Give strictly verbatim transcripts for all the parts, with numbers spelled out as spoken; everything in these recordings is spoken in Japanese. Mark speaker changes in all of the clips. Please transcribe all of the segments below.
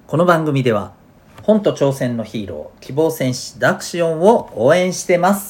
Speaker 1: この番組では本と挑戦のヒーロー希望戦士ダクシオンを応援してます。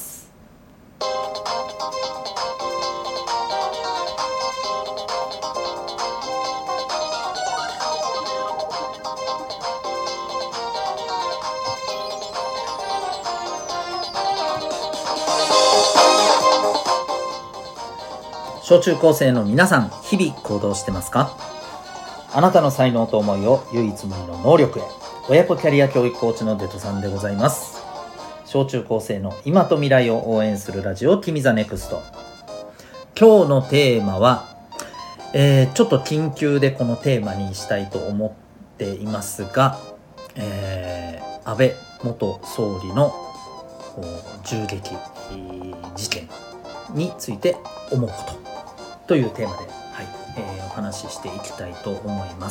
Speaker 1: 小中高生の皆さん、日々行動してますか？あなたの才能と思いを唯一無二の能力へ。親子キャリア教育コーチのデトさんでございます。小中高生の今と未来を応援するラジオ君ザネクスト。今日のテーマは、えー、ちょっと緊急でこのテーマにしたいと思っていますが、えー、安倍元総理の銃撃事件について思うことというテーマで、はいえー、お話ししていきたいと思います。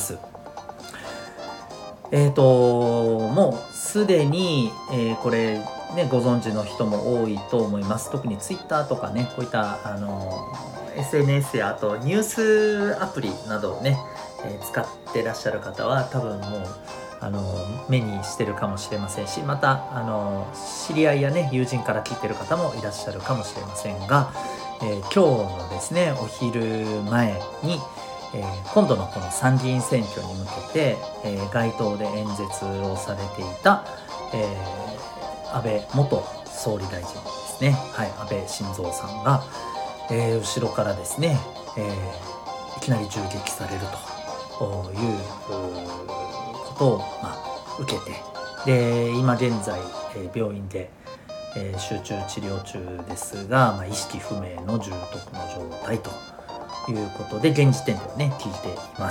Speaker 1: えーともうすでに、えー、これねご存知の人も多いと思います。特にツイッターとかね、こういったあの エスエヌエス やあとニュースアプリなどをね、えー、使ってらっしゃる方は多分もうあの目にしてるかもしれませんし、またあの知り合いやね友人から聞いてる方もいらっしゃるかもしれませんが、えー、今日のですねお昼前に、えー、今度のこの参議院選挙に向けて、えー、街頭で演説をされていた、えー、安倍元総理大臣ですね、はい、安倍晋三さんが、えー、後ろからですね、えー、いきなり銃撃されるということを、まあ、受けて、で今現在、えー、病院でえー、集中治療中ですが、まあ、意識不明の重篤の状態ということで現時点ではね聞いています。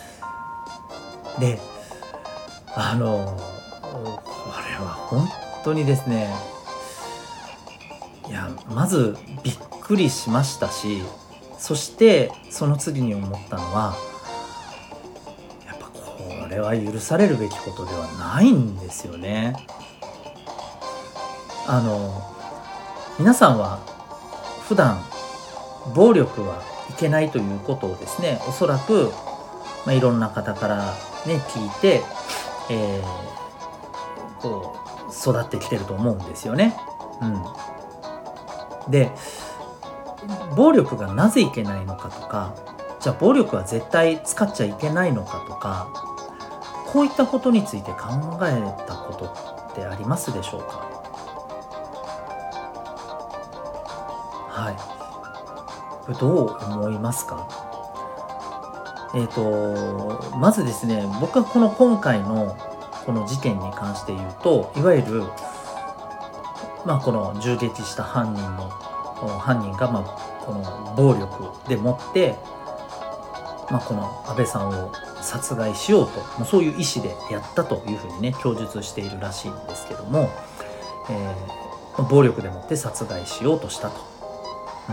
Speaker 1: であのこれは本当にですね、いやまずびっくりしましたし、そしてその次に思ったのはやっぱこれは許されるべきことではないんですよね。あの皆さんは普段暴力はいけないということをですね、おそらく、まあ、いろんな方からね聞いて、えー、こう育ってきてると思うんですよね。うん、で暴力がなぜいけないのかとか、じゃあ暴力は絶対使っちゃいけないのかとか、こういったことについて考えたことってありますでしょうか？はい、これどう思いますか？えーとまずですね、僕はこの今回のこの事件に関して言うと、いわゆる、まあ、この銃撃した犯人の犯人が、まあ、この暴力でもって、まあ、この安倍さんを殺害しようと、まあ、そういう意思でやったというふうにね供述しているらしいんですけども、えー、暴力でもって殺害しようとしたと。うん、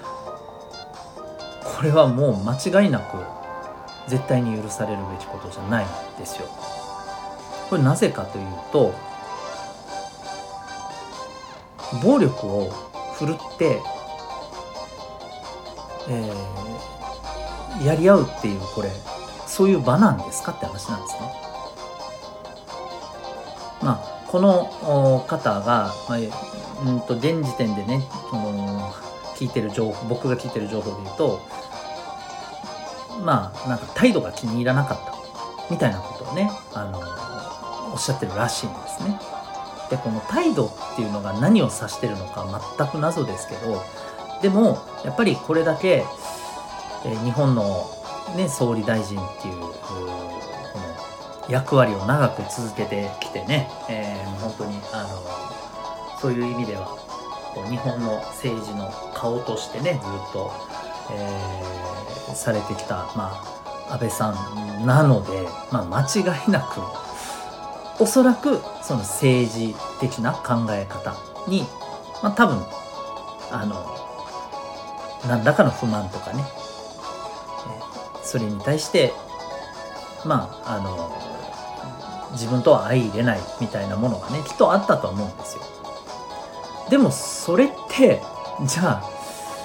Speaker 1: これはもう間違いなく絶対に許されるべきことじゃないんですよ。これなぜかというと、暴力を振るって、えー、やり合うっていう、これそういう場なんですかって話なんですね。まあこの方が、まあ、うんと現時点でねその聞いてる情報、僕が聞いてる情報で言うと、まあなんか態度が気に入らなかったみたいなことをね、あのおっしゃってるらしいんですね。でこの態度っていうのが何を指してるのか全く謎ですけど、でもやっぱりこれだけ、えー、日本の、ね、総理大臣っていうこの役割を長く続けてきてね、えー、本当にあのそういう意味では日本の政治の顔としてねずっと、えー、されてきた、まあ、安倍さんなので、まあ、間違いなくおそらくその政治的な考え方に、まあ、多分あの何らかの不満とかね、えー、それに対してまああの自分とは相入れないみたいなものがねきっとあったと思うんですよ。でもそれってじゃあ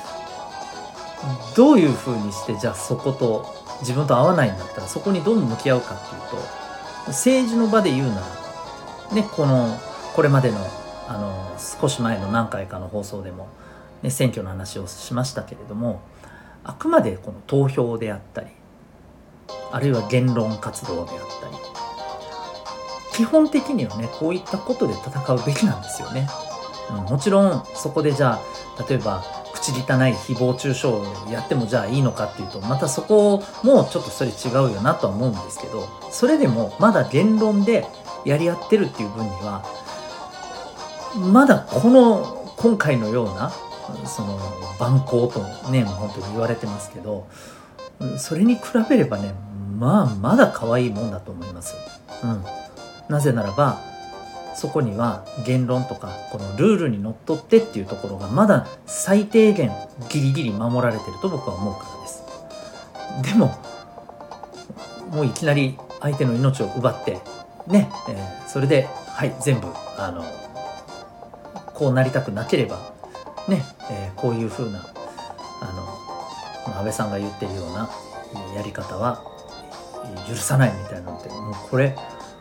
Speaker 1: どういうふうにして、じゃあそこと自分と合わないんだったらそこにどう向き合うかっていうと、 政治の場で言うならね、このこれまでのあの少し前の何回かの放送でも、ね、選挙の話をしましたけれども、あくまでこの投票であったり、あるいは言論活動であったり、基本的にはねこういったことで戦うべきなんですよね。うん、もちろんそこでじゃあ例えば口汚い誹謗中傷をやってもじゃあいいのかっていうと、またそこもちょっとそれ違うよなとは思うんですけど、それでもまだ言論でやり合ってるっていう分には、まだこの今回のようなその蛮行とね本当に言われてますけど、それに比べればね、まあまだ可愛いもんだと思います。うん、なぜならばそこには言論とかこのルールにのっとってっていうところがまだ最低限ギリギリ守られてると僕は思うからです。でももういきなり相手の命を奪ってね、えー、それではい全部あのこうなりたくなければね、えー、こういう風なあの安倍さんが言ってるようなやり方は許さないみたいなのって、もうこれ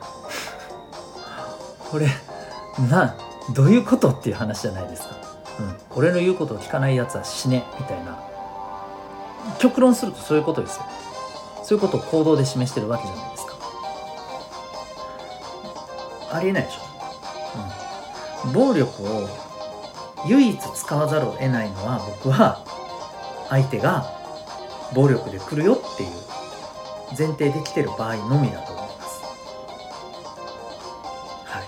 Speaker 1: これなどういうことっていう話じゃないですか。うん、俺の言うことを聞かないやつは死ねみたいな、極論するとそういうことですよ。そういうことを行動で示してるわけじゃないですか。ありえないでしょ。うん、暴力を唯一使わざるを得ないのは、僕は相手が暴力で来るよっていう前提で来てる場合のみだと思います。はい。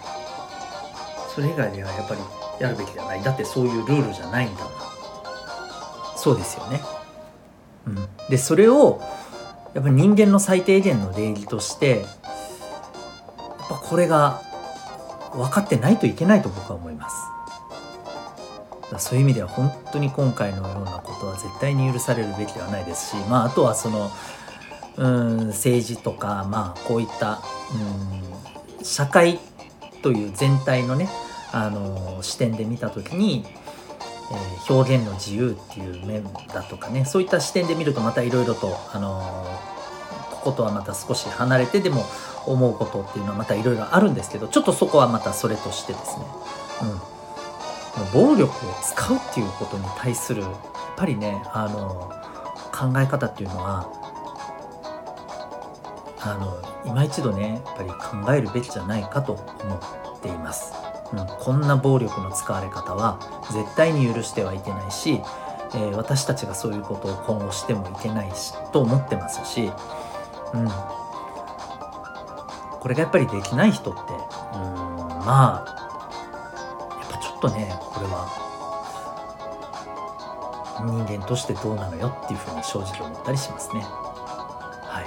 Speaker 1: それ以外ではやっぱりやるべきではない。だってそういうルールじゃないんだもん。そうですよね。うん。でそれをやっぱり人間の最低限の礼儀として、やっぱこれが分かってないといけないと僕は思います。そういう意味では本当に今回のようなことは絶対に許されるべきではないですし、まあ、あとはそのうん政治とか、まあ、こういったうん社会という全体のね、あの視点で見た時に、えー、表現の自由っていう面だとかね、そういった視点で見るとまたいろいろと、あのこことはまた少し離れてでも思うことっていうのはまたいろいろあるんですけど、ちょっとそこはまたそれとしてですね、うん、暴力を使うっていうことに対するやっぱりね、あの考え方っていうのはあの今一度ねやっぱり考えるべきじゃないかと思っています。うん、こんな暴力の使われ方は絶対に許してはいけないし、えー、私たちがそういうことを今後してもいけないしと思ってますし、うん、これがやっぱりできない人って、うん、まあやっぱちょっとねこれは人間としてどうなのよっていうふうに正直思ったりしますね。はい。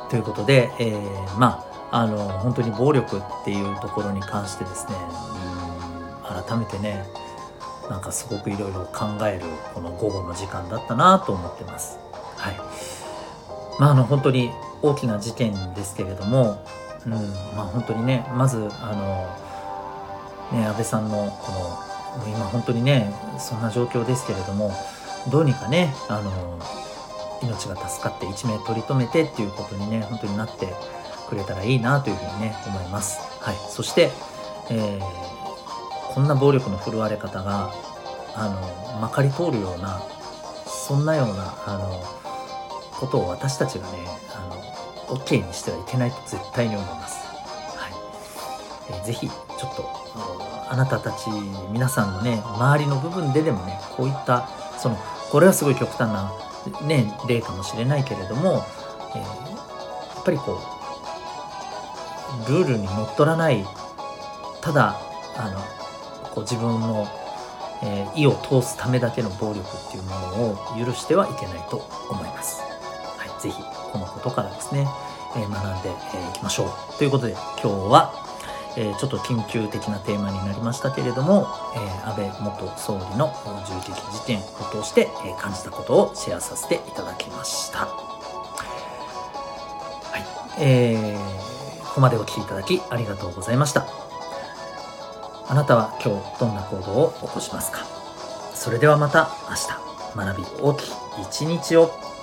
Speaker 1: ということで、えー、まああの本当に暴力っていうところに関してですね、うん改めてねなんかすごくいろいろ考えるこの午後の時間だったなと思ってます。はい。まああの本当に大きな事件ですけれども、うんまあ本当にねまずあのね安倍さんのこの今本当にねそんな状況ですけれども、どうにかねあの命が助かって一命取り留めてっていうことにね本当になってくれたらいいなというふうにね思います。はい。そして、えー、こんな暴力の振るわれ方があのまかり通るようなそんなようなあのことを私たちがねあの OK にしてはいけないと絶対に思います。はい。えー、ぜひちょっとあなたたち皆さんのね周りの部分ででもねこういったそのこれはすごい極端なね例かもしれないけれども、えー、やっぱりこうルールにのっとらない、ただあのこう自分の、えー、意を通すためだけの暴力っていうものを許してはいけないと思います。はい、ぜひこのことからですね、えー、学んでい、えー、きましょうということで、今日は、えー、ちょっと緊急的なテーマになりましたけれども、えー、安倍元総理の銃撃事件を通して、えー、感じたことをシェアさせていただきました。はい、えーここまでお聞きいただきありがとうございました。あなたは今日どんな行動を起こしますか？それではまた明日、学び大きい一日を。